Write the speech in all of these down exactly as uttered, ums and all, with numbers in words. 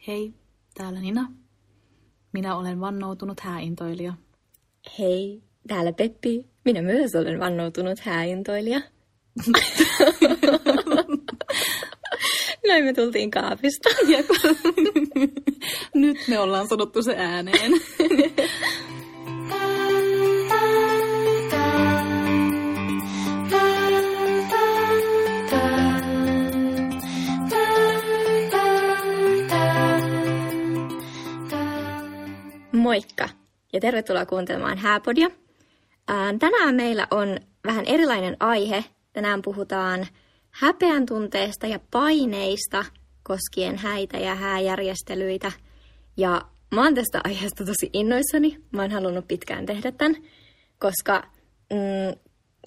Hei, täällä Nina. Minä olen vannoutunut hääintoilija. Hei, täällä Peppi. Minä myös olen vannoutunut hääintoilija. Näin me tultiin kaapista. Nyt me ollaan sanottu se ääneen. Moikka ja tervetuloa kuuntelemaan Hääpodia. Tänään meillä on vähän erilainen aihe. Tänään puhutaan häpeän tunteesta ja paineista koskien häitä ja hääjärjestelyitä. Ja mä oon tästä aiheesta tosi innoissani. Mä oon halunnut pitkään tehdä tämän, koska mm,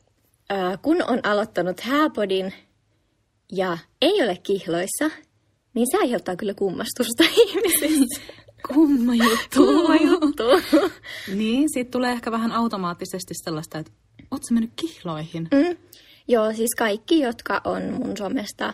äh, kun on aloittanut Hääpodin ja ei ole kihloissa, niin se aiheuttaa kyllä kummastusta ihmisissä. Kumma juttu. Kumma juttu. Niin, siitä tulee ehkä vähän automaattisesti sellaista, että ootko sä mennyt kihloihin? Mm. Joo, siis kaikki, jotka on mun somesta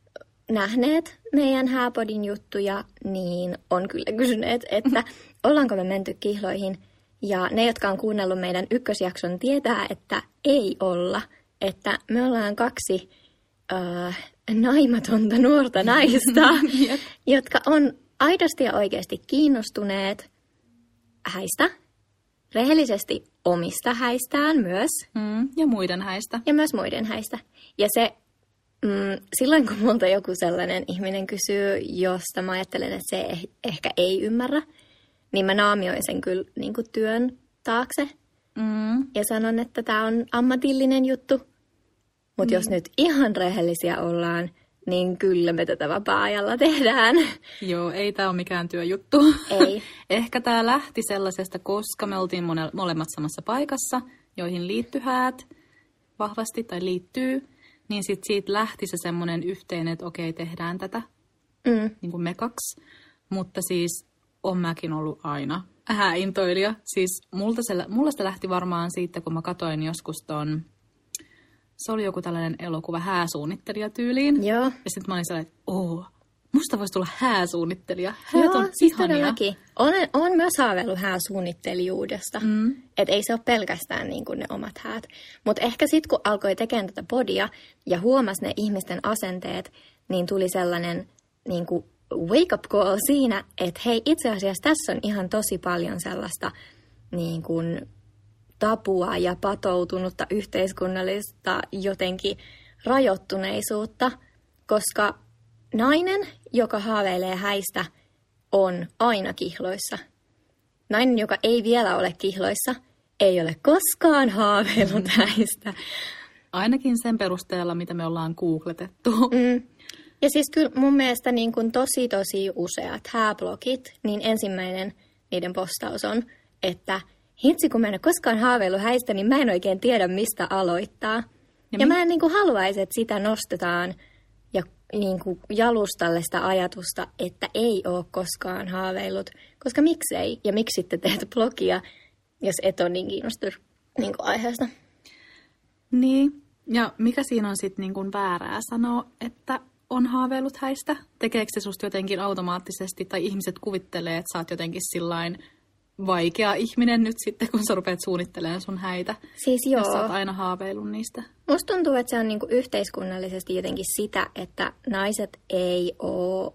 nähneet meidän Hääpodin juttuja, niin on kyllä kysyneet, että ollaanko me menty kihloihin. Ja ne, jotka on kuunnellut meidän ykkösjakson, tietää, että ei olla. Että me ollaan kaksi äh, naimatonta nuorta naista, jotka on aidosti ja oikeasti kiinnostuneet häistä, rehellisesti omista häistään myös. Mm, ja muiden häistä. Ja myös muiden häistä. Ja se, mm, silloin kun multa joku sellainen ihminen kysyy, josta mä ajattelen, että se eh- ehkä ei ymmärrä, niin mä naamioin sen kyllä niin kuin työn taakse. Mm. Ja sanon, että tää on ammatillinen juttu. Mutta mm. jos nyt ihan rehellisiä ollaan, niin kyllä me tätä vapaa-ajalla tehdään. Joo, ei tämä ole mikään työjuttu. Ei. Ehkä tämä lähti sellaisesta, koska me oltiin mone- molemmat samassa paikassa, joihin liittyi häät vahvasti tai liittyy. Niin sitten siitä lähti se semmoinen yhteinen, että okei, tehdään tätä, Mm. niin kuin me kaksi. Mutta siis on mäkin ollut aina hääintoilija. Siis multa se, mulla se lähti varmaan siitä, kun mä katoin joskus ton... Se oli joku tällainen elokuva hääsuunnittelijatyyliin. Joo. Ja sitten mä olin sellainen, että oo, musta voisi tulla hääsuunnittelija. Häät Joo, on siis ihania. todellakin. Olen, olen myös haaveillut hääsuunnittelijuudesta. Mm. Että ei se ole pelkästään niin kuin ne omat häät. Mutta ehkä sitten kun alkoi tekemään tätä podia ja huomasi ne ihmisten asenteet, niin tuli sellainen niin kuin wake up call siinä, että hei, itse asiassa tässä on ihan tosi paljon sellaista niin kuin tapua ja patoutunutta yhteiskunnallista jotenkin rajoittuneisuutta, koska nainen, joka haaveilee häistä, on aina kihloissa. Nainen, joka ei vielä ole kihloissa, ei ole koskaan haaveillut häistä. Ainakin sen perusteella, mitä me ollaan googletettu. Mm. Ja siis kyllä mun mielestä niin kuin tosi tosi useat hääblogit, niin ensimmäinen niiden postaus on, että hitsi, kun mä en ole koskaan haaveillut häistä, niin mä en oikein tiedä, mistä aloittaa. Ja, ja mi- mä en niin kuin haluaisi, että sitä nostetaan ja niin kuin jalustalle sitä ajatusta, että ei ole koskaan haaveillut. Koska miksei? Ja miksi sitten teet blogia, jos et ole niin kiinnostunut niin kuin aiheesta? Niin, ja mikä siinä on sitten niin kuin väärää sanoa, että on haaveillut häistä? Tekeekö se susta jotenkin automaattisesti, tai ihmiset kuvittelee, että sä oot jotenkin sillain vaikea ihminen nyt sitten, kun sä rupeat suunnittelemaan sun häitä, siis joo. jos sä oot aina haaveillut niistä. Musta tuntuu, että se on niinku yhteiskunnallisesti jotenkin sitä, että naiset ei ole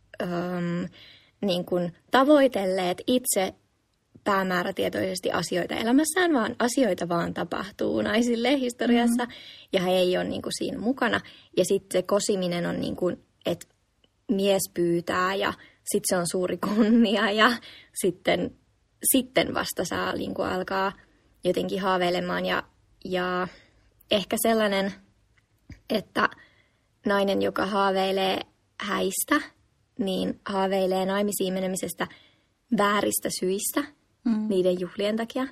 öm, niinku tavoitelleet itse päämäärätietoisesti asioita elämässään, vaan asioita vaan tapahtuu naisille historiassa, mm-hmm. ja he ei ole niinku siinä mukana. Ja sitten se kosiminen on niin kuin, että mies pyytää, ja sitten se on suuri kunnia, ja sitten... Sitten vasta saa niin kuin alkaa jotenkin haaveilemaan ja, ja ehkä sellainen, että nainen, joka haaveilee häistä, niin haaveilee naimisiin menemisestä vääristä syistä mm. niiden juhlien takia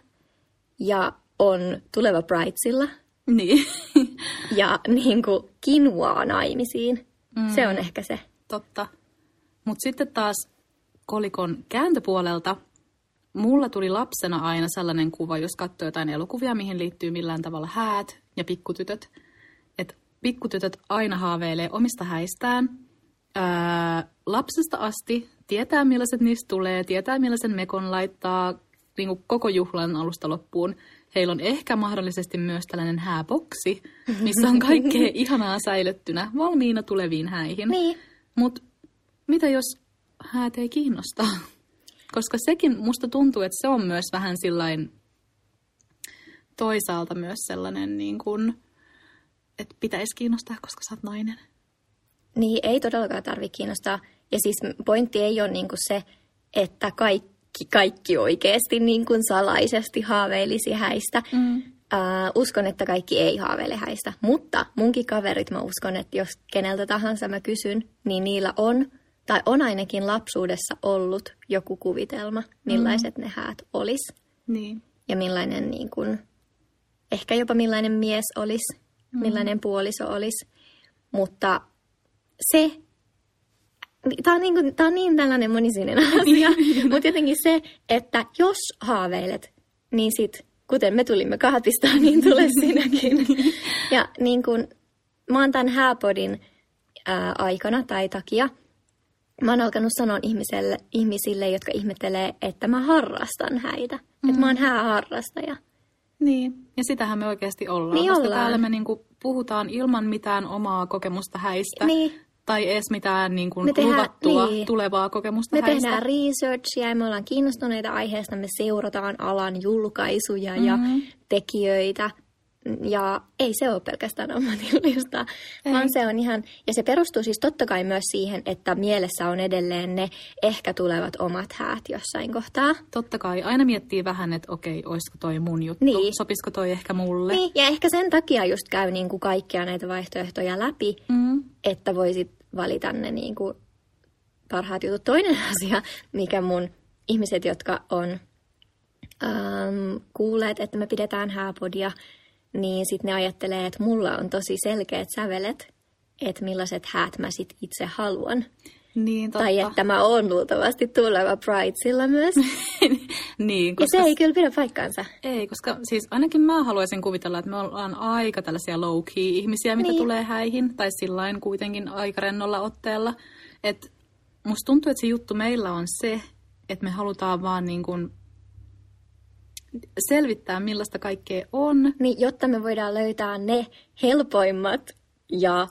ja on tuleva bridesilla niin. ja niin kuin kinuaa naimisiin. Mm. Se on ehkä se. Totta. Mutta sitten taas kolikon kääntöpuolelta mulla tuli lapsena aina sellainen kuva, jos katsoo jotain elokuvia, mihin liittyy millään tavalla häät ja pikkutytöt. Että pikkutytöt aina haaveilee omista häistään. Öö, lapsesta asti tietää, millaiset niistä tulee, tietää, millaisen mekon laittaa niin kuin koko juhlan alusta loppuun. Heillä on ehkä mahdollisesti myös tällainen hääboksi, missä on kaikkea ihanaa säilyttynä valmiina tuleviin häihin. Niin. Mutta mitä jos häät ei kiinnosta? Koska sekin musta tuntuu, että se on myös vähän sillain toisaalta myös sellainen, niin kuin, että pitäisi kiinnostaa, koska sä oot nainen. Niin, ei todellakaan tarvitse kiinnostaa. Ja siis pointti ei ole niin kuin se, että kaikki, kaikki oikeasti niin kuin salaisesti haaveilisi häistä. Mm. Uh, uskon, että kaikki ei haaveile häistä. Mutta munkin kaverit, mä uskon, että jos keneltä tahansa mä kysyn, niin niillä on, tai on ainakin lapsuudessa ollut joku kuvitelma, millaiset mm. ne häät olisi. Niin. Ja millainen, niin kuin, ehkä jopa millainen mies olisi, mm. millainen puoliso olisi. Mutta se, tämä on niin, kuin, tämä on niin tällainen monisyinen asia, mutta jotenkin se, että jos haaveilet, niin sit, kuten me tulimme kahvistaan, niin tule sinäkin. Ja niin kuin, mä oon tämän hääpodin ää, aikana tai takia, mä oon alkanut sanoa ihmisille, ihmisille, jotka ihmettelee, että mä harrastan häitä. Mm. Että mä oon hääharrastaja. Niin, ja sitähän me oikeasti ollaan. Niin koska ollaan. Täällä me niinku puhutaan ilman mitään omaa kokemusta häistä. Niin. Tai edes mitään niin kuin tehdään, luvattua niin. tulevaa kokemusta me häistä. Me tehdään researchia ja me ollaan kiinnostuneita aiheesta. Me seurataan alan julkaisuja mm-hmm. ja tekijöitä. Ja ei se ole pelkästään ammatillista, ei. Vaan se on ihan, ja se perustuu siis totta kai myös siihen, että mielessä on edelleen ne ehkä tulevat omat häät jossain kohtaa. Totta kai, aina miettii vähän, että okei, olisiko toi mun juttu, niin. sopisiko toi ehkä mulle. Niin, ja ehkä sen takia just käy niin kuin kaikkia näitä vaihtoehtoja läpi, mm. että voisit valita ne niin kuin parhaat jutut. Toinen asia, mikä mun ihmiset, jotka on ähm, kuulleet, että me pidetään hääpodia, niin sitten ne ajattelee, että mulla on tosi selkeät sävelet, että millaiset häät mä sit itse haluan. Niin, totta. Tai että mä oon luultavasti tuleva Bridesilla myös. Niin, koska... Ja se ei kyllä pidä paikkaansa. Ei, koska siis ainakin mä haluaisin kuvitella, että me ollaan aika tällaisia low-key ihmisiä, mitä niin. tulee häihin. Tai sillain kuitenkin aika rennolla otteella. Että musta tuntuu, että se juttu meillä on se, että me halutaan vaan niin kuin selvittää, millaista kaikkea on. Niin, jotta me voidaan löytää ne helpoimmat ja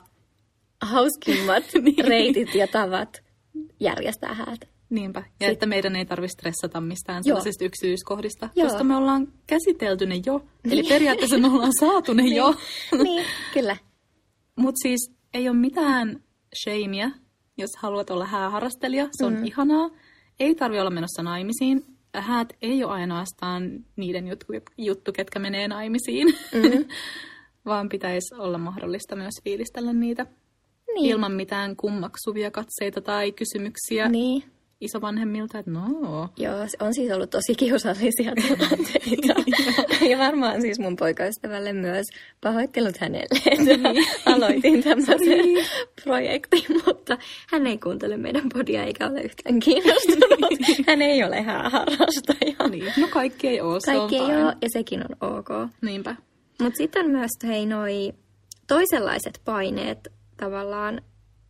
hauskimmat niin. reitit ja tavat järjestää häät. Niinpä. Ja Sitten. että meidän ei tarvitse stressata mistään Joo. sellaisista yksityiskohdista, Joo. koska me ollaan käsitelty ne jo. Eli periaatteessa me ollaan saatu ne niin. jo. Niin, kyllä. Mutta siis ei ole mitään shamea, jos haluat olla hääharrastelija. Se on mm. ihanaa. Ei tarvitse olla menossa naimisiin. Häät ei ole ainoastaan niiden juttu, ketkä menee naimisiin, mm-hmm. vaan pitäisi olla mahdollista myös fiilistellä niitä niin. ilman mitään kummaksuvia katseita tai kysymyksiä niin. isovanhemmilta, että no. Joo, on siis ollut tosi kiusallisia tilanteita. Ja varmaan siis mun poikaystävälle myös pahoittelut hänelle, että niin. aloitin tämmöisen projektin, mutta hän ei kuuntele meidän podia eikä ole yhtään kiinnostunut. Hän ei ole hääharrastaja. Niin. No kaikki ei ole, Kaikki se on ei ole ja sekin on ok. Niinpä. Mutta sitten myös hei noi toisenlaiset paineet tavallaan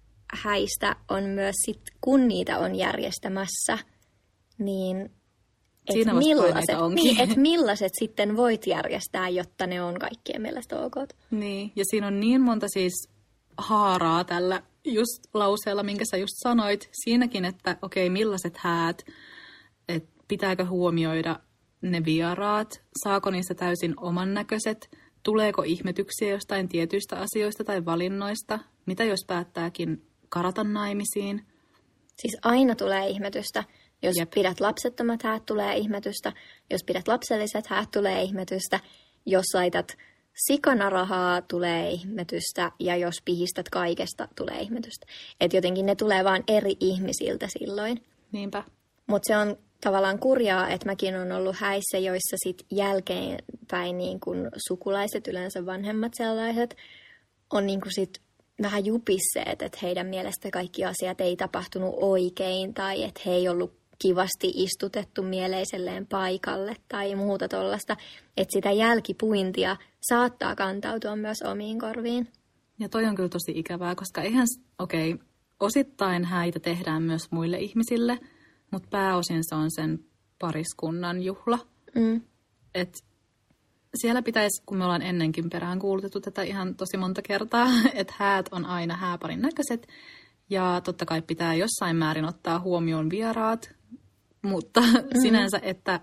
häistä on myös sit, kun niitä on järjestämässä, niin että millaiset, niin, et millaiset sitten voit järjestää, jotta ne on kaikkien mielestä ok. Niin, ja siinä on niin monta siis haaraa tällä just lauseella, minkä sä just sanoit. Siinäkin, että okei, millaiset häät, että pitääkö huomioida ne vieraat, saako niistä täysin oman näköiset, tuleeko ihmetyksiä jostain tietyistä asioista tai valinnoista, mitä jos päättääkin karata naimisiin. Siis aina tulee ihmetystä. Jos Jep. pidät lapsettomat häät, tulee ihmetystä. Jos pidät lapselliset häät, tulee ihmetystä. Jos laitat sikana rahaa, tulee ihmetystä. Ja jos pihistät kaikesta, tulee ihmetystä. Että jotenkin ne tulee vaan eri ihmisiltä silloin. Niinpä. Mutta se on tavallaan kurjaa, että mäkin on ollut häissä, joissa sit jälkeenpäin niin kun sukulaiset, yleensä vanhemmat sellaiset, on niin kun sit vähän jupisseet, että heidän mielestä kaikki asiat ei tapahtunut oikein tai että he ei ollut kivasti istutettu mieleiselleen paikalle tai muuta tollaista. Että sitä jälkipuintia saattaa kantautua myös omiin korviin. Ja toi on kyllä tosi ikävää, koska eihän, okei, okay, osittain häitä tehdään myös muille ihmisille, mutta pääosin se on sen pariskunnan juhla. Mm. Et siellä pitäisi, kun me ollaan ennenkin perään kuulutettu tätä ihan tosi monta kertaa, että häät on aina hääparin näköiset. Ja totta kai pitää jossain määrin ottaa huomioon vieraat, mutta mm. sinänsä, että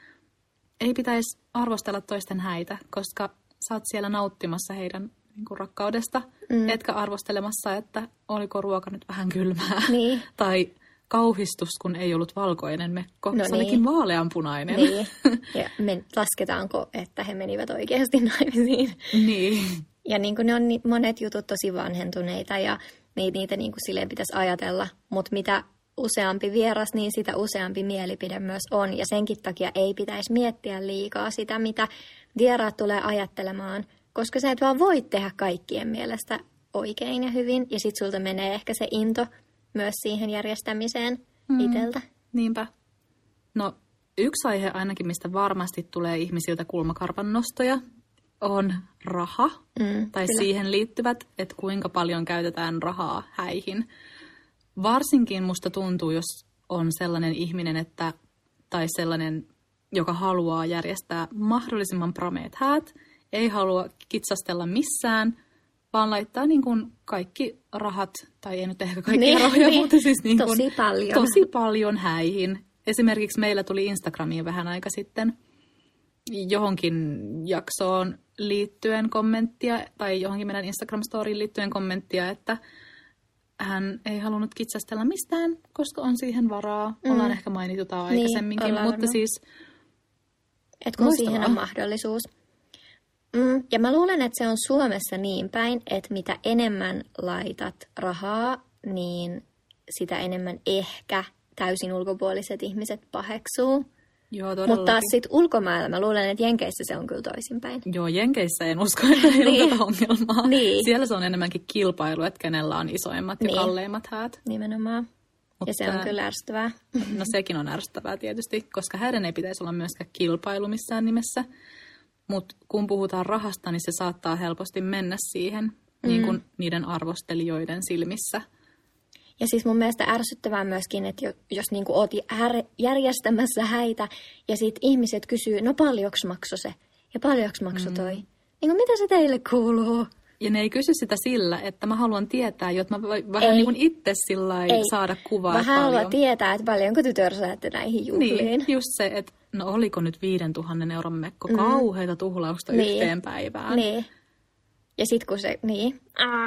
ei pitäisi arvostella toisten häitä, koska sä oot siellä nauttimassa heidän niin kuin rakkaudesta, mm. etkä arvostelemassa, että oliko ruoka nyt vähän kylmää. Niin. Tai kauhistus, kun ei ollut valkoinen mekko. No se niin. olikin vaaleanpunainen. Niin. Ja men, lasketaanko, että he menivät oikeasti naimisiin? Niin. Ja niin kuin ne on monet jutut tosi vanhentuneita ja niitä, niitä niin kuin silleen pitäisi ajatella. Mutta mitä useampi vieras, niin sitä useampi mielipide myös on. Ja senkin takia ei pitäisi miettiä liikaa sitä, mitä vieraat tulee ajattelemaan. Koska sä et vaan voi tehdä kaikkien mielestä oikein ja hyvin. Ja sit sulta menee ehkä se into myös siihen järjestämiseen mm. itseltä. Niinpä. No yksi aihe ainakin, mistä varmasti tulee ihmisiltä kulmakarvan nostoja, on raha. Mm, tai kyllä. siihen liittyvät, että kuinka paljon käytetään rahaa häihin. Varsinkin musta tuntuu, jos on sellainen ihminen, että, tai sellainen, joka haluaa järjestää mahdollisimman prameet häät, ei halua kitsastella missään, vaan laittaa niin kuin kaikki rahat, tai ei nyt ehkä kaikki niin, rahoja, niin. mutta siis niin kuin tosi paljon. tosi paljon häihin. Esimerkiksi meillä tuli Instagramiin vähän aika sitten johonkin jaksoon liittyen kommenttia, tai johonkin meidän Instagram-storiin liittyen kommenttia, että hän ei halunnut kitsastella mistään, koska on siihen varaa. Mm. Ollaan ehkä mainittu tämä aikaisemminkin, niin, mutta siis että kun siihen on mahdollisuus. Mm, ja mä luulen, että se on Suomessa niin päin, että mitä enemmän laitat rahaa, niin sitä enemmän ehkä täysin ulkopuoliset ihmiset paheksuu. Joo, todellakin. Mutta taas sitten ulkomailla mä luulen, että Jenkeissä se on kyllä toisinpäin. Joo, Jenkeissä en usko, että heillä on tätä ongelmaa. Niin. Siellä se on enemmänkin kilpailu, että kenellä on isoimmat ja niin. kalleimmat häät. Nimenomaan. Mutta, ja se on kyllä ärsyttävää. No sekin on ärsyttävää tietysti, koska häiden ei pitäisi olla myöskään kilpailu missään nimessä. Mutta kun puhutaan rahasta, niin se saattaa helposti mennä siihen mm. niin kuin niiden arvostelijoiden silmissä. Ja siis mun mielestä ärsyttävää myöskin, että jos niinku oot järjestämässä häitä ja sit ihmiset kysyy, no paljonko maksoi se ja paljonko maksoi toi. Mm. Niin mitä se teille kuuluu? Ja ne ei kysy sitä sillä, että mä haluan tietää, jotta mä vähän niin kuin itse sillai saada kuvaa. Mä haluan tietää, että paljonko te törsäätte näihin juhliin. Niin, just se, että no oliko nyt viidentuhannen euron mekko mm. kauheita tuhlausta niin. yhteen päivään. Niin. Ja sit kun se, niin,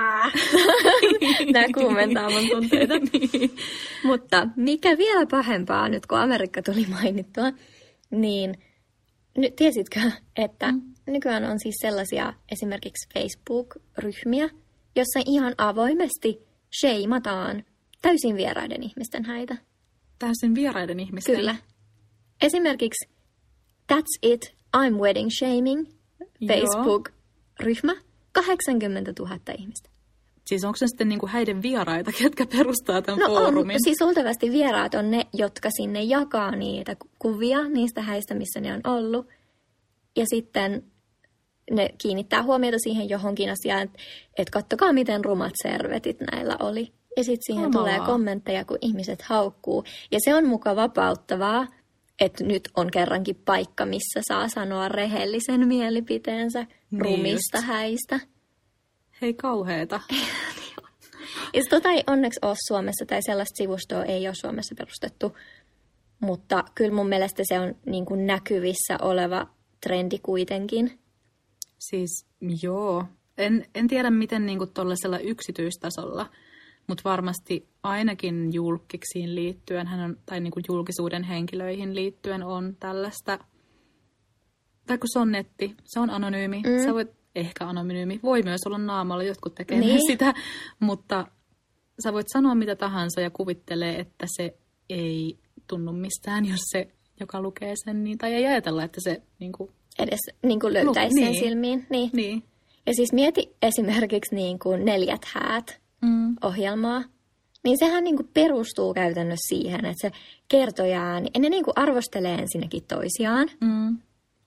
nää kuumentaa mun tunteita. Niin. Mutta mikä vielä pahempaa, nyt kun Amerikka tuli mainittua, niin nyt tiesitkö, että mm. nykyään on siis sellaisia esimerkiksi Facebook-ryhmiä, jossa ihan avoimesti sheimataan täysin vieraiden ihmisten häitä. Täysin vieraiden ihmisten? Kyllä. Esimerkiksi That's It, I'm Wedding Shaming, Facebook-ryhmä. kahdeksankymmentätuhatta ihmistä. Siis onko se sitten niinku häiden vieraita, ketkä perustaa tämän no foorumin? On, siis luultavasti vieraat on ne, jotka sinne jakaa niitä kuvia niistä häistä, missä ne on ollut. Ja sitten ne kiinnittää huomiota siihen johonkin asiaan, että et kattokaa miten rumat servetit näillä oli. Ja sitten siihen Omaa. tulee kommentteja, kun ihmiset haukkuu. Ja se on muka vapauttavaa, että nyt on kerrankin paikka, missä saa sanoa rehellisen mielipiteensä niin rumista just. häistä. Hei kauheeta. Ja tota ei onneksi ole Suomessa, tai sellaista sivustoa ei ole Suomessa perustettu. Mutta kyllä mun mielestä se on niin kuin näkyvissä oleva trendi kuitenkin. Siis joo. En, en tiedä miten niin kuin tuollaisella yksityistasolla, mutta varmasti ainakin julkiksiin liittyen, hän on, tai niin kuin julkisuuden henkilöihin liittyen on tällaista, tai kun se on netti, se on anonyymi, mm. sä voit, ehkä anonyymi, voi myös olla naamalla, jotkut tekee niin. sitä, mutta sä voit sanoa mitä tahansa ja kuvittelee, että se ei tunnu mistään, jos se, joka lukee sen, niin, tai ei ajatella, että se niin kuin, edes niin kuin löytäisi sen niin. silmiin. Niin. Niin. Ja siis mieti esimerkiksi niin kuin Neljät häät mm. ohjelmaa. Niin sehän niin kuin perustuu käytännössä siihen, että se kertojaa, niin ne niin kuin arvostelee ensinnäkin toisiaan. Mm.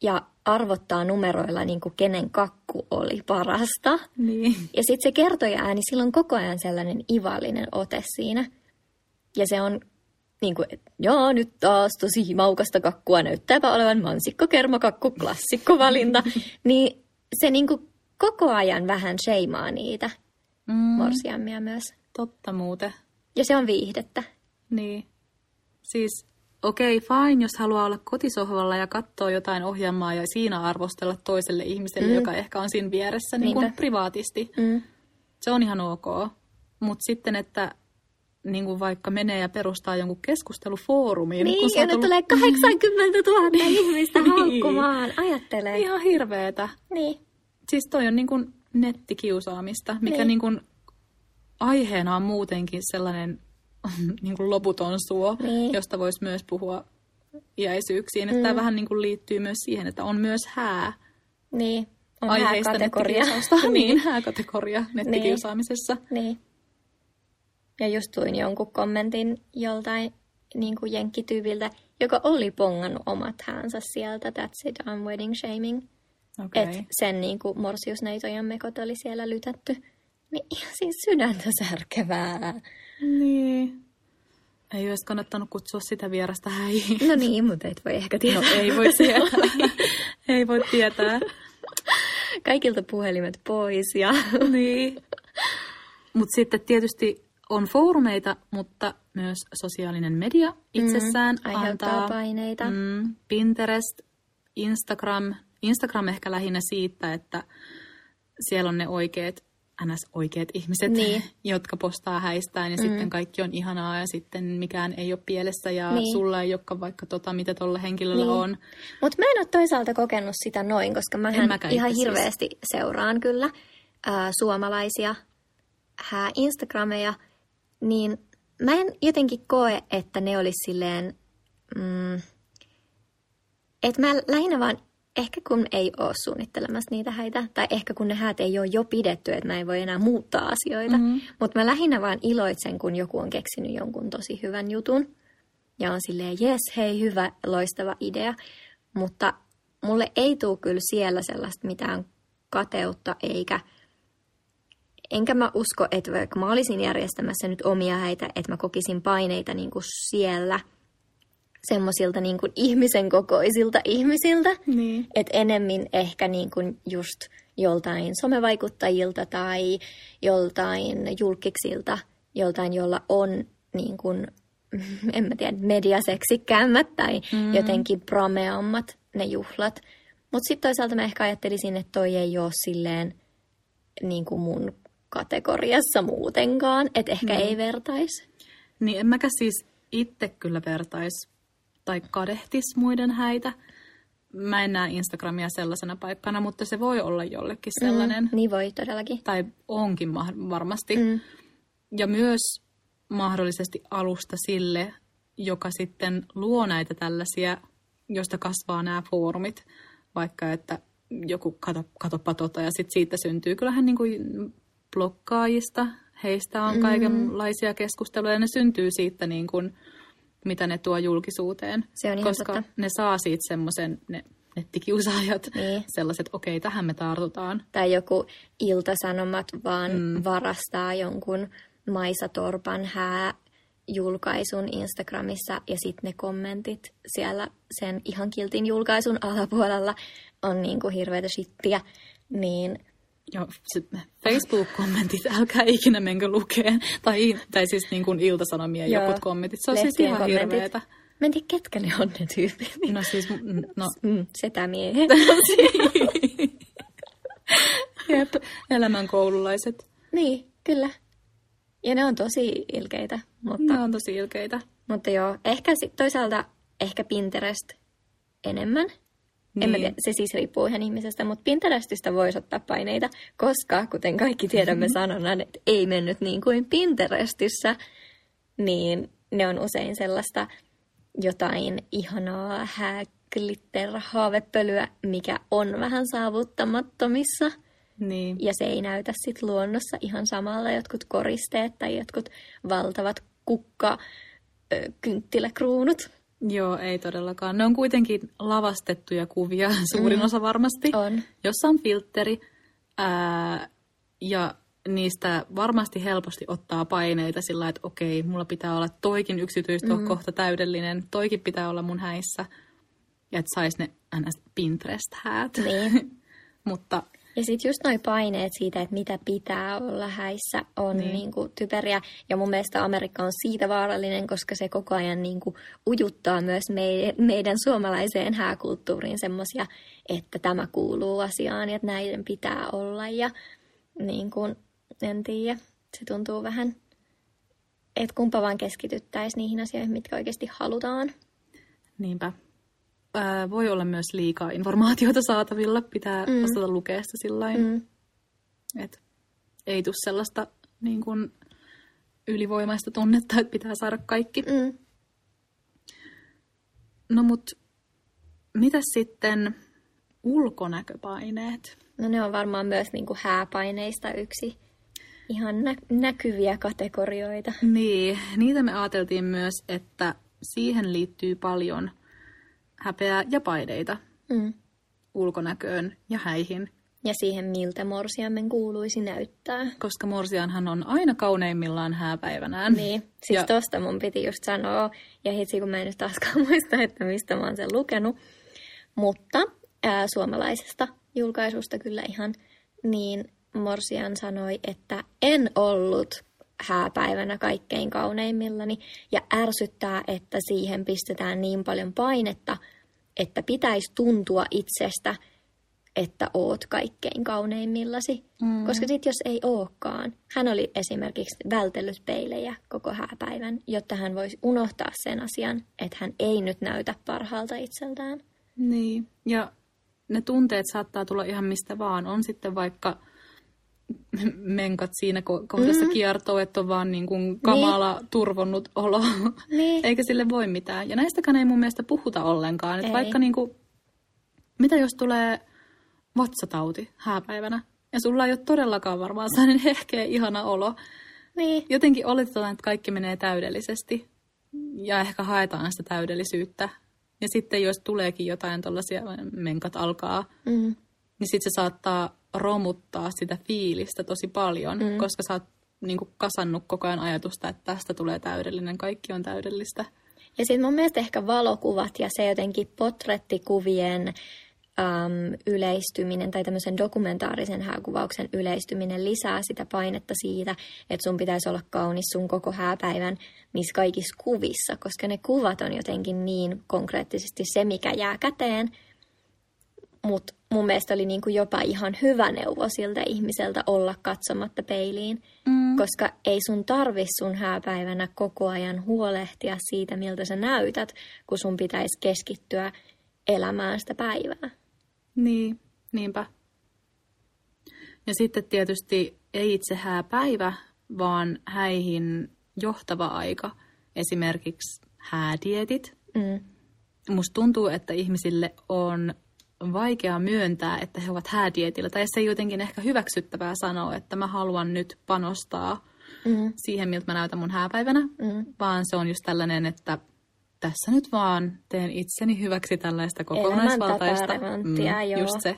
ja arvottaa numeroilla, niin kuin kenen kakku oli parasta. Niin. Ja sitten se kertoja-ääni, sillä on koko ajan sellainen ivallinen ote siinä. Ja se on niin kuin, että joo, nyt taas tosi maukasta kakkua, näyttääpä olevan mansikko-kermakakku, klassikkovalinta. Niin se niin kuin koko ajan vähän sheimaa niitä mm. morsiammia myös. Totta muuten. Ja se on viihdettä. Niin. Siis okei, okay, fine, jos haluaa olla kotisohvalla ja katsoa jotain ohjelmaa ja siinä arvostella toiselle ihmiselle, mm. joka ehkä on siinä vieressä niin kuin privaatisti. Mm. Se on ihan ok. Mutta sitten, että niin kuin vaikka menee ja perustaa jonkun keskustelufoorumin. Niin, kun ja ne tullut... tulee kahdeksankymmentätuhatta ihmistä haukkumaan. Ajattele. Ihan hirveetä. Niin. Siis toi on niin kuin nettikiusaamista, mikä niin. Niin kuin aiheena on muutenkin sellainen niin kuin loputon suo, niin. Josta voisi myös puhua iäisyyksiin. Että mm. tämä vähän niin kuin liittyy myös siihen, että on myös hää. Niin, on aiheista hääkategoria. Niin, hääkategoria nettikiusaamisessa. Niin. niin. Ja just tuin jonkun kommentin joltain niin kuin jenkkityyviltä, joka oli pongannut omat häänsä sieltä. That's it, I'm wedding shaming. Okay. Että sen niin kuin morsiusneitojen mekot oli siellä lytätty. Niin ihan siis sydäntä särkevää. Niin. Ei olisi kannattanut kutsua sitä vierasta häihin. No niin, mutta et voi ehkä tietää. No ei voi tietää. Ei voi tietää. Kaikilta puhelimet pois ja... Niin. Mutta sitten tietysti on foorumeita, mutta myös sosiaalinen media itsessään mm, aiheuttaa antaa paineita. Mm, Pinterest, Instagram. Instagram ehkä lähinnä siitä, että siellä on ne oikeat, ns. Oikeat ihmiset, niin. Jotka postaa häistään ja mm. sitten kaikki on ihanaa ja sitten mikään ei ole pielessä ja niin. Sulla ei olekaan vaikka tota, mitä tuolla henkilöllä niin. On. Mutta mä en ole toisaalta kokenut sitä noin, koska mähän ihan hirveästi siis. seuraan kyllä ää, suomalaisia hää Instagrameja, niin mä en jotenkin koe, että ne olisi silleen, mm, että mä lähinnä vaan, ehkä kun ei ole suunnittelemassa niitä häitä, tai ehkä kun ne häät ei ole jo pidetty, että mä en voi enää muuttaa asioita, mm-hmm. mutta mä lähinnä vaan iloitsen, kun joku on keksinyt jonkun tosi hyvän jutun, ja on silleen, jes, hei, hyvä, loistava idea, mutta mulle ei tule kyllä siellä sellaista mitään kateutta, eikä Enkä mä usko, että vaikka mä olisin järjestämässä nyt omia häitä, että mä kokisin paineita niin kuin siellä semmoisilta niin kuin ihmisen kokoisilta ihmisiltä. Niin. Että enemmän ehkä niin kuin just joltain somevaikuttajilta tai joltain julkiksilta, joltain, jolla on niin kuin, en mä tiedä, mediaseksikkäämmät tai mm. jotenkin promeammat ne juhlat. Mutta sitten toisaalta mä ehkä ajattelisin, että toi ei ole silleen niin kuin mun kategoriassa muutenkaan, että ehkä mm. ei vertaisi. Niin en mäkä siis itse kyllä vertaisi tai kadehtis muiden häitä. Mä en näe Instagramia sellaisena paikkana, mutta se voi olla jollekin sellainen. Mm, niin voi todellakin. Tai onkin varmasti. Mm. Ja myös mahdollisesti alusta sille, joka sitten luo näitä tällaisia, josta kasvaa nämä foorumit. Vaikka, että joku kato, katoppa tota ja sitten siitä syntyy. Kyllähän niin kuin blokkaajista, heistä on kaikenlaisia keskusteluja ja ne syntyy siitä niin kuin, mitä ne tuo julkisuuteen. Se on koska totta. Ne saa siitä semmoisen, ne nettikiusaajat, niin. Sellaiset, okei, okay, tähän me tartutaan. Tai joku Ilta-Sanomat vaan mm. varastaa jonkun Maisa Torpan hää julkaisun Instagramissa ja sitten ne kommentit siellä sen ihan kiltin julkaisun alapuolella on niin kuin hirveätä shittiä, niin... Joo, Facebook-kommentit, älkää ikinä menkö lukeen. Tai, tai siis niin kuin Ilta-Sanomien Joo, jokut kommentit. Se on siis ihan kommentit. Hirveätä. Mä en tiedä, ketkä ne on ne tyypit. No siis, no... Mm, setämiehet. Jep, elämän koululaiset. Niin, kyllä. Ja ne on tosi ilkeitä. Mutta, ne on tosi ilkeitä. Mutta joo, ehkä sit toisaalta ehkä Pinterest enemmän. Niin. En mä tiedä, se siis riippuu ihan ihmisestä, mutta Pinterestistä voisi ottaa paineita, koska kuten kaikki tiedämme sanonnan, että ei mennyt niin kuin Pinterestissä, niin ne on usein sellaista jotain ihanaa hääglitter-haavepölyä, mikä on vähän saavuttamattomissa. Niin. Ja se ei näytä sitten luonnossa ihan samalla jotkut koristeet tai jotkut valtavat kukkakynttiläkruunut. Joo, ei todellakaan. Ne on kuitenkin lavastettuja kuvia, suurin mm. osa varmasti. On. Jossa on filtteri ää, ja niistä varmasti helposti ottaa paineita sillä, että okei, mulla pitää olla toikin yksityistuo mm. kohta täydellinen, toikin pitää olla mun häissä. Ja että sais ne ns. Pinterest-häät. Niin. Mutta... Ja sitten just noi paineet siitä, että mitä pitää olla häissä, on niin. Niinku typeriä. Ja mun mielestä Amerikka on siitä vaarallinen, koska se koko ajan niinku ujuttaa myös meidän, meidän suomalaiseen hääkulttuuriin semmoisia, että tämä kuuluu asiaan ja että näiden pitää olla. Ja niin kuin, en tiedä, se tuntuu vähän, että kumpa vaan keskityttäisiin niihin asioihin, mitkä oikeasti halutaan. Niinpä. Ää, voi olla myös liikaa informaatiota saatavilla, pitää mm. osata lukea sitä sillain, mm. että ei tule sellaista niin kuin, ylivoimaista tunnetta, että pitää saada kaikki. Mm. No mut, mitäs sitten ulkonäköpaineet? No ne on varmaan myös niin kuin hääpaineista yksi ihan nä- näkyviä kategorioita. Niin, niitä me ajateltiin myös, että siihen liittyy paljon häpeää ja paineita mm. ulkonäköön ja häihin. Ja siihen, miltä morsiamen kuuluisi näyttää. Koska morsianhan on aina kauneimmillaan hääpäivänään. Niin, siis ja... tosta mun piti just sanoa. Ja hitsi, kun mä en nyt taaskaan muista, että mistä mä oon sen lukenut. Mutta ää, suomalaisesta julkaisusta kyllä ihan, niin morsian sanoi, että en ollut hääpäivänä kaikkein kauneimmillani. Ja ärsyttää, että siihen pistetään niin paljon painetta, että pitäisi tuntua itsestä, että oot kaikkein kauneimmillasi. Mm. Koska sitten jos ei ookaan. Hän oli esimerkiksi vältellyt peilejä koko hääpäivän, jotta hän voisi unohtaa sen asian, että hän ei nyt näytä parhaalta itseltään. Niin, ja ne tunteet saattaa tulla ihan mistä vaan. On sitten vaikka menkat siinä kohdassa mm. kiertoo, että on vaan niin kuin kamala niin. turvonnut olo, niin. eikä sille voi mitään. Ja näistäkään ei mun mielestä puhuta ollenkaan. Että vaikka niin kuin, mitä jos tulee vatsatauti hääpäivänä, ja sulla ei ole todellakaan varmaan sellainen hehkeä ihana olo. Niin. Jotenkin oletetaan, että kaikki menee täydellisesti, ja ehkä haetaan sitä täydellisyyttä. Ja sitten jos tuleekin jotain tuollaisia, menkat alkaa, mm. niin sitten se saattaa romuttaa sitä fiilistä tosi paljon, mm. koska sä oot niin kuin kasannut koko ajan ajatusta, että tästä tulee täydellinen, kaikki on täydellistä. Ja sitten mun mielestä ehkä valokuvat ja se jotenkin portrettikuvien äm, yleistyminen tai tämmöisen dokumentaarisen hääkuvauksen yleistyminen lisää sitä painetta siitä, että sun pitäisi olla kaunis sun koko hääpäivän niissä kaikissa kuvissa, koska ne kuvat on jotenkin niin konkreettisesti se, mikä jää käteen. Mutta mun mielestä oli niinku jopa ihan hyvä neuvo siltä ihmiseltä olla katsomatta peiliin, mm. koska ei sun tarvi sun hääpäivänä koko ajan huolehtia siitä, miltä sä näytät, kun sun pitäisi keskittyä elämään sitä päivää. Niin, niinpä. Ja sitten tietysti ei itse hääpäivä, vaan häihin johtava aika, esimerkiksi häädietit. Mm. Musta tuntuu, että ihmisille on vaikea myöntää, että he ovat häädietillä. Tai se ei jotenkin ehkä hyväksyttävää sanoa, että mä haluan nyt panostaa mm. siihen, miltä mä näytän mun hääpäivänä. Mm. Vaan se on just tällainen, että tässä nyt vaan teen itseni hyväksi tällaista kokonaisvaltaista. Mm, joo. Just se.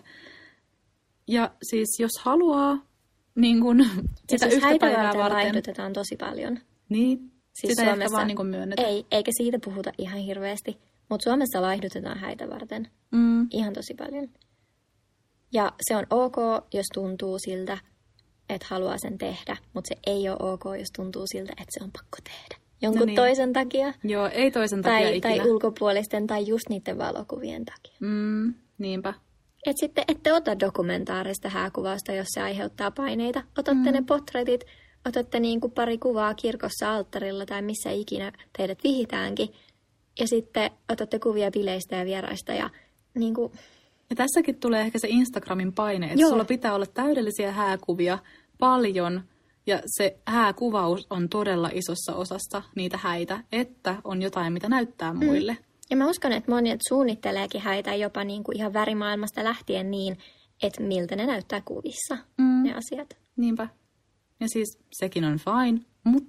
Ja siis jos haluaa niin kun, sitä siis yhtä päivää varten. laihdutetaan tosi paljon. Niin, siis sitä Suomessa, ehkä vaan niin myönnetä. Ei, eikä siitä puhuta ihan hirveästi. Mutta Suomessa laihdutetaan häitä varten mm. ihan tosi paljon. Ja se on ok, jos tuntuu siltä, että haluaa sen tehdä. Mutta se ei ole ok, jos tuntuu siltä, että se on pakko tehdä. Jonkun no niin. toisen takia. Joo, ei toisen takia tai, ikinä. Tai ulkopuolisten tai just niiden valokuvien takia. Mm, niinpä. Et sitten ette ota dokumentaarista hääkuvausta, jos se aiheuttaa paineita. Otatte mm. ne portretit, otatte niin kuin pari kuvaa kirkossa alttarilla tai missä ikinä teidät vihitäänkin. Ja sitten otatte kuvia bileistä ja vieraista ja niin kuin... Ja tässäkin tulee ehkä se Instagramin paine, että Joo. sulla pitää olla täydellisiä hääkuvia paljon. Ja se hääkuvaus on todella isossa osassa niitä häitä, että on jotain, mitä näyttää muille. Mm. Ja mä uskon, että monet suunnitteleekin häitä jopa niin kuin ihan värimaailmasta lähtien niin, että miltä ne näyttää kuvissa, mm. ne asiat. Niinpä. Ja siis sekin on fine, mutta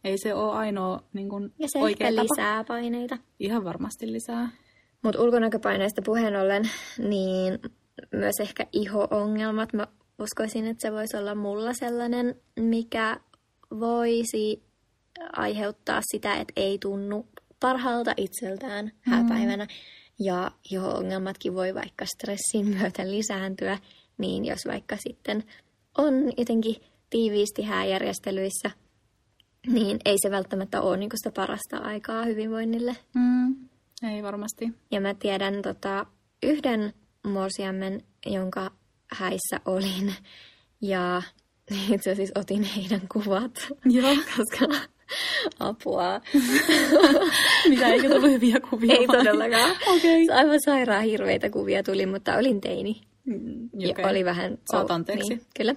Ei se ole ainoa niin kuin ja se oikea ehkä tapa. lisää paineita. Ihan varmasti lisää. Mutta ulkonäköpaineista puheen ollen, niin myös ehkä iho-ongelmat. Mä uskoisin, että se voisi olla mulla sellainen, mikä voisi aiheuttaa sitä, että ei tunnu parhaalta itseltään mm. hääpäivänä. Ja iho-ongelmatkin voi vaikka stressin myötä lisääntyä, niin jos vaikka sitten on jotenkin tiiviisti hääjärjestelyissä, niin ei se välttämättä ole niinku sitä parasta aikaa hyvinvoinnille. Mm. Ei varmasti. Ja mä tiedän tota, yhden morsiammen, jonka häissä olin, ja itse asiassa otin heidän kuvat, Joo. koska apua. Mitä, eikö tullut hyviä kuvia? Ei todellakaan. Okei. Okay. Aivan sairaan hirveitä kuvia tuli, mutta olin teini. Mm, ja okay. oli vähän... Saat anteeksi. Niin, kyllä.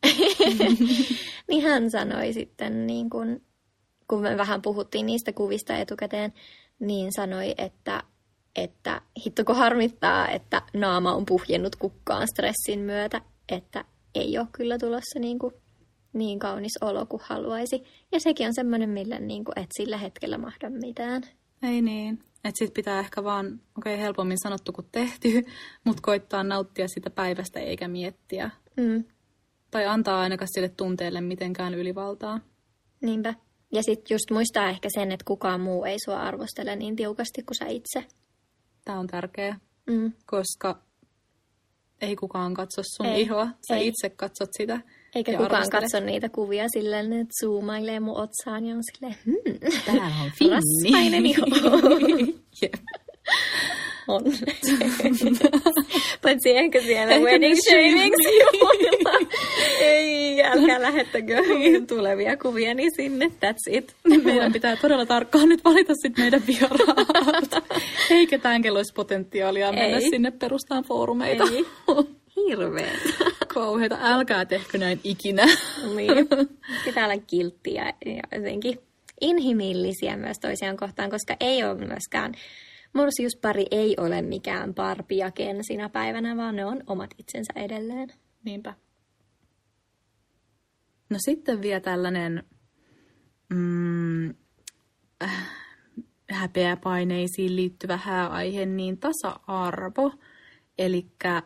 Niin hän sanoi sitten, niin kun, kun me vähän puhuttiin niistä kuvista etukäteen, niin sanoi, että, että hittoko harmittaa, että naama on puhjennut kukkaan stressin myötä, että ei ole kyllä tulossa niin, kuin, niin kaunis olo kuin haluaisi. Ja sekin on semmoinen, millä niin kuin, et sillä hetkellä mahda mitään. Ei niin. Että sit pitää ehkä vaan, okei okay, helpommin sanottu kuin tehty, mutta koittaa nauttia sitä päivästä eikä miettiä. Mm. Tai antaa ainakaan sille tunteelle mitenkään ylivaltaa. Niinpä. Ja sitten just muistaa ehkä sen, että kukaan muu ei sua arvostele niin tiukasti kuin sä itse. Tämä on tärkeä, Mm. koska ei kukaan katso sun Ei, ihoa. Sä ei. itse katsot sitä. Eikä ja kukaan arvostelet. katso niitä kuvia silleen, että zoomailee mun otsaan ja on silleen, hmm, Täällä on finni. rasvainen iho. Jep. On. Paitsi ehkä siellä wedding shamings. Ei, älkää lähettäkö tulevia kuvia niin sinne. That's it. Meidän pitää todella tarkkaan nyt valita sit meidän vieraat. Ei ketään, kello olisi potentiaalia mennä Ei. sinne perustaan foorumeita. Ei. Hirveä. Kauheita, älkää tehkö näin ikinä. Niin. Pitää olla kilttiä ja jotenkin inhimillisiä myös toisiaan kohtaan, koska ei ole myöskään, morsiuspari ei ole mikään Barbie ja Ken sinä päivänä, vaan ne on omat itsensä edelleen. Niinpä. No sitten vielä tällainen mm, äh, häpeäpaineisiin liittyvä hääaihe, niin tasa-arvo. Elikkä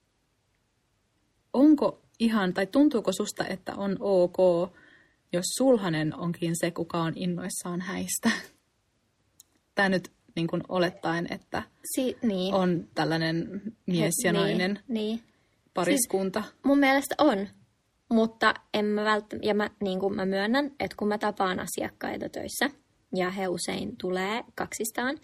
onko ihan, tai tuntuuko susta, että on ok, jos sulhanen onkin se, kuka on innoissaan häistä? Tämä nyt niin kuin olettaen, että Si- niin. on tällainen mies ja He- nainen niin, niin. pariskunta. Siis mun mielestä on, mutta en mä välttämättä, ja mä, niin kuin mä myönnän, että kun mä tapaan asiakkaita töissä, ja he usein tulee kaksistaan,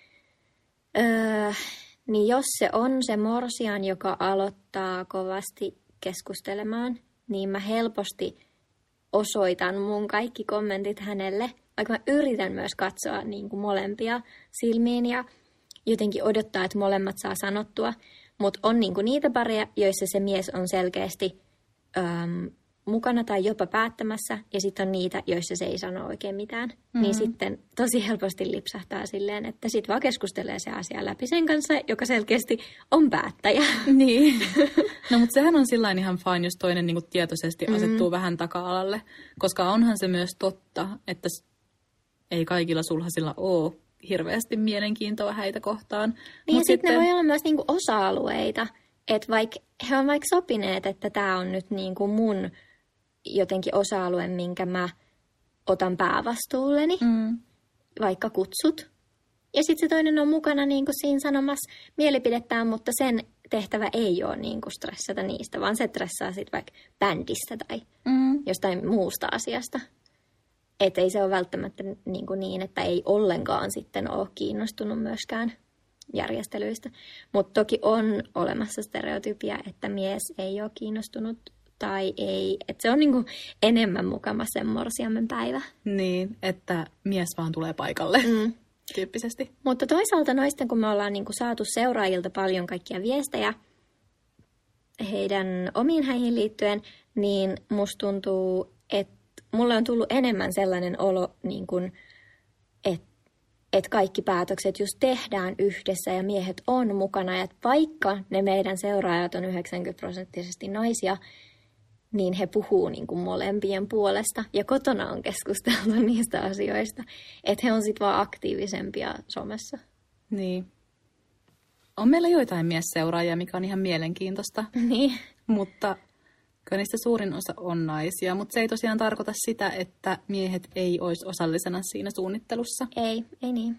öö, niin jos se on se morsian, joka aloittaa kovasti keskustelemaan, niin mä helposti osoitan mun kaikki kommentit hänelle, vaikka mä yritän myös katsoa niin kuin molempia silmiin ja jotenkin odottaa, että molemmat saa sanottua. Mutta on niin kuin niitä pareja, joissa se mies on selkeästi äm, mukana tai jopa päättämässä, ja sitten on niitä, joissa se ei sano oikein mitään. Mm-hmm. Niin sitten tosi helposti lipsahtaa silleen, että sitten vaan keskustelee se asia läpi sen kanssa, joka selkeästi on päättäjä. Niin. No mutta sehän on sillain ihan fine, jos toinen niinku tietoisesti mm-hmm. asettuu vähän taka-alalle, koska onhan se myös totta, että ei kaikilla sulhasilla ole hirveästi mielenkiintoa häitä kohtaan. Niin, ja sitten sitten ne voi olla myös niinku osa-alueita, että vaikka he on vaikka sopineet, että tämä on nyt niinku mun jotenkin osa-alue, minkä mä otan päävastuulleni, mm. vaikka kutsut. Ja sitten se toinen on mukana niinku siinä sanomassa mielipidettään, mutta sen tehtävä ei ole niinku stressata niistä, vaan se stressaa sitten vaikka bändistä tai mm. jostain muusta asiasta. Että ei se ole välttämättä niin, kuin niin, että ei ollenkaan sitten ole kiinnostunut myöskään järjestelyistä. Mutta toki on olemassa stereotypia, että mies ei ole kiinnostunut tai ei. Että se on niin kuin enemmän mukana sen morsiammen päivä. Niin, että mies vaan tulee paikalle mm. tyyppisesti. Mutta toisaalta noista, kun me ollaan niin kuin saatu seuraajilta paljon kaikkia viestejä heidän omiin häihin liittyen, niin musta tuntuu, että mulle on tullut enemmän sellainen olo, niin kuin, että, että kaikki päätökset just tehdään yhdessä ja miehet on mukana. Ja vaikka ne meidän seuraajat on yhdeksänkymmentä prosenttisesti naisia, niin he puhuu niin kuin molempien puolesta. Ja kotona on keskusteltu niistä asioista. Että he on sitten vaan aktiivisempia somessa. Niin. On meillä joitain miesseuraajia, mikä on ihan mielenkiintoista. Niin. Mutta kyllä niistä suurin osa on naisia. Mutta se ei tosiaan tarkoita sitä, että miehet ei olisi osallisena siinä suunnittelussa. Ei, ei niin.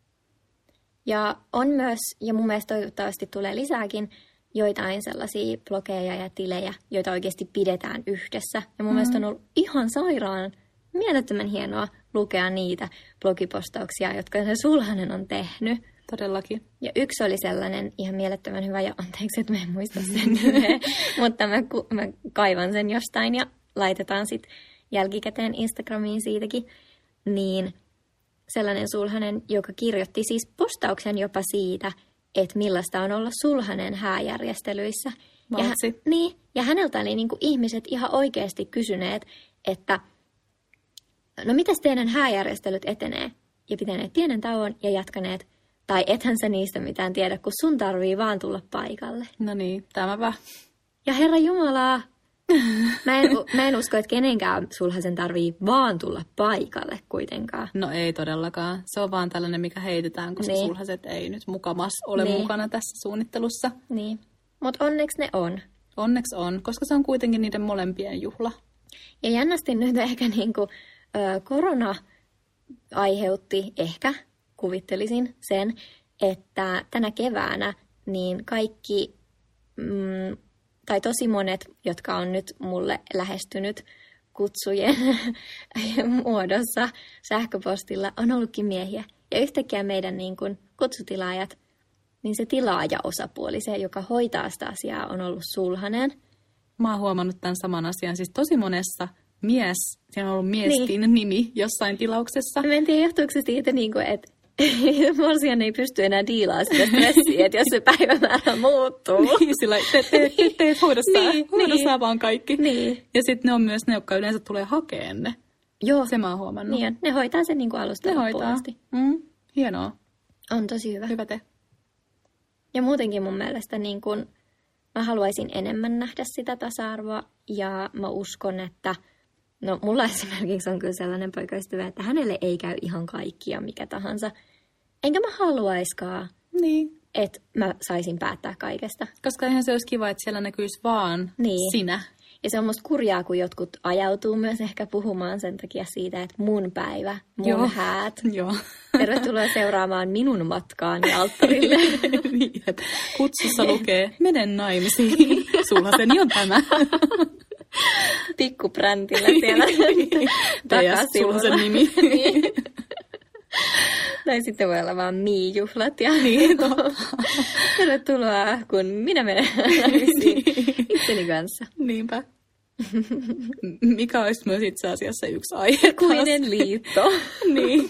Ja on myös, ja mun mielestä toivottavasti tulee lisääkin, joitain sellaisia blogeja ja tilejä, joita oikeasti pidetään yhdessä. Ja mun mm-hmm. mielestä on ollut ihan sairaan mielettömän hienoa lukea niitä blogipostauksia, jotka se Sulhanen on tehnyt. Todellakin. Ja yksi oli sellainen ihan mielettömän hyvä, ja anteeksi, että mä en muista sen nimeä, mutta mä, mä kaivan sen jostain ja laitetaan sitten jälkikäteen Instagramiin siitäkin. Niin sellainen Sulhanen, joka kirjoitti siis postauksen jopa siitä, että millaista on olla Sulhanen hääjärjestelyissä. Ja, hän, niin, ja häneltä oli niinku ihmiset ihan oikeasti kysyneet, että no mitäs teidän hääjärjestelyt etenee? Ja pitäneet pienen tauon ja jatkaneet, tai ethän sä niistä mitään tiedä, kun sun tarvii vaan tulla paikalle. No niin, tämäpä. Ja Herra Jumalaa, mä en, mä en usko, että kenenkään Sulhasen tarvii vaan tulla paikalle kuitenkaan. No ei todellakaan. Se on vaan tällainen, mikä heitetään, koska niin. Sulhaset ei nyt mukamas ole niin. mukana tässä suunnittelussa. Niin, mutta onneksi ne on. Onneksi on, koska se on kuitenkin niiden molempien juhla. Ja jännästi nyt ehkä niin kuin, ö, korona aiheutti ehkä, kuvittelisin sen, että tänä keväänä niin kaikki, mm, tai tosi monet, jotka on nyt mulle lähestynyt kutsujen muodossa sähköpostilla, on ollutkin miehiä. Ja yhtäkkiä meidän niin kuin kutsutilaajat, niin se tilaaja-osapuoli, se joka hoitaa sitä asiaa, on ollut Sulhanen. Mä oon huomannut tämän saman asian, siis tosi monessa mies, siinä on ollut miestin niin. nimi jossain tilauksessa. Mä en tiedä, johtuuko se siitä, niin kuin, että morsian ei pysty enää diilaamaan sitä stressiä, että jos se päivämäärä muuttuu. Niin, sillä te, te, te, te hoida sä, niin, hoida niin. sä vaan kaikki. Niin. Ja sitten ne on myös ne, jotka yleensä tulee hakemaan ne. Joo. Se mä oon huomannut. Niin, ne hoitaa sen niin kuin alusta loppuun asti. Mm, hienoa. On tosi hyvä. Hyvä te. Ja muutenkin mun mielestä niin kun, mä haluaisin enemmän nähdä sitä tasa-arvoa ja mä uskon, että no mulla esimerkiksi on kyllä sellainen poikaystävä, että hänelle ei käy ihan kaikkia mikä tahansa. Enkä mä haluaiskaan, niin. että mä saisin päättää kaikesta. Koska eihän se olisi kiva, että siellä näkyisi vaan niin. sinä. Ja se on musta kurjaa, kun jotkut ajautuu myös ehkä puhumaan sen takia siitä, että mun päivä, mun Joo. häät. Joo. Tervetuloa seuraamaan minun matkaani alttarille. Niin, että kutsussa lukee, menen naimisiin. Sulhaseni on tämä. Pikkupräntillä siellä takasivulla. Sulhasen nimi. Niin. Tai sitten voi olla vaan mi-juhlat. Ja niin, tervetuloa, kun minä menen naimisiin itseni kanssa. Niinpä. Mikä olisi myös itse asiassa yksi aihe. Kuinen liitto. Niin.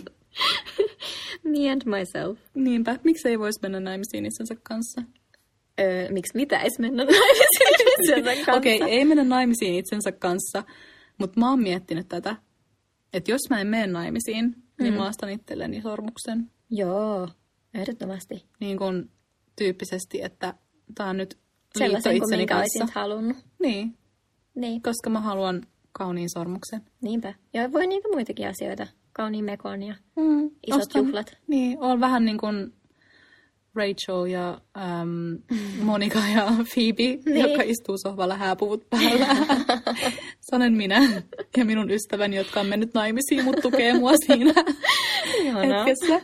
Me and myself. Niinpä. Miksi ei voisi mennä naimisiin itsensä kanssa? Öö, miksi pitäisi mennä naimisiin itsensä kanssa? Okei, okay, ei mennä naimisiin itsensä kanssa, mutta mä oon miettinyt tätä, että jos mä en mene naimisiin, mm. niin mä astan itselleni sormuksen. Joo, ehdottomasti. Niin kuin tyyppisesti, että tää on nyt liitto sellaisen kuin itseni minkä kanssa. olisit halunnut. Niin. niin, koska mä haluan kauniin sormuksen. Niinpä. Ja voi niitä muitakin asioita. Kauniin mekon ja mm, isot ostan, juhlat. Niin, on vähän niin kuin Rachel ja ähm, Monika ja Phoebe, niin. jotka istuu sohvalla hääpuvut päällä. Sanen minä ja minun ystäväni, jotka on mennyt naimisiin, mutta tukee mua siinä hetkessä.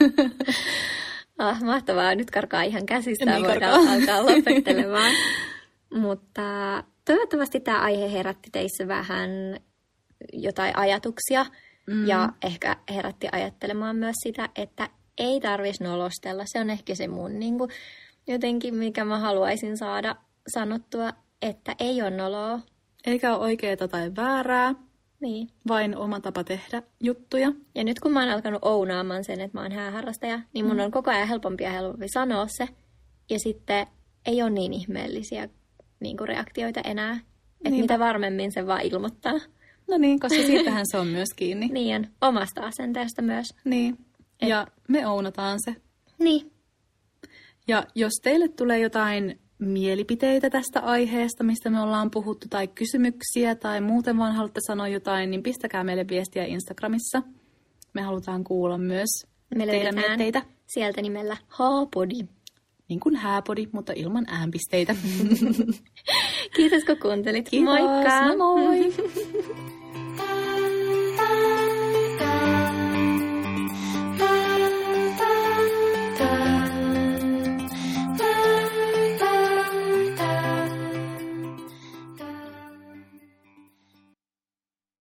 Ah, mahtavaa. Nyt karkaa ihan käsistä. Niin voidaan karkaa. alkaa lopettelemaan. Mutta toivottavasti tämä aihe herätti teissä vähän jotain ajatuksia. Mm. Ja ehkä herätti ajattelemaan myös sitä, että ei tarvitsisi nolostella. Se on ehkä se mun niin kuin, jotenkin, mikä mä haluaisin saada sanottua, että ei ole noloa. Eikä ole oikeaa tai väärää. Niin. Vain oma tapa tehdä juttuja. Ja nyt kun mä oon alkanut ounaamaan sen, että mä oon hääharrastaja, niin mun mm. on koko ajan helpompi ja helpompi sanoa se. Ja sitten ei ole niin ihmeellisiä niin kuin reaktioita enää. Että mitä varmemmin se vaan ilmoittaa. No niin, koska siitähän se on myös kiinni. Niin on. Omasta asenteesta myös. Niin. Ja Et... me ounataan se. Niin. Ja jos teille tulee jotain mielipiteitä tästä aiheesta, mistä me ollaan puhuttu, tai kysymyksiä, tai muuten vaan haluatte sanoa jotain, niin pistäkää meille viestiä Instagramissa. Me halutaan kuulla myös me teidän mietteitä. Sieltä nimellä Haapodi. Niin kuin hääpodi, mutta ilman äänpisteitä. Kiitos kun kuuntelit. Kiitos. Moikka! No moi!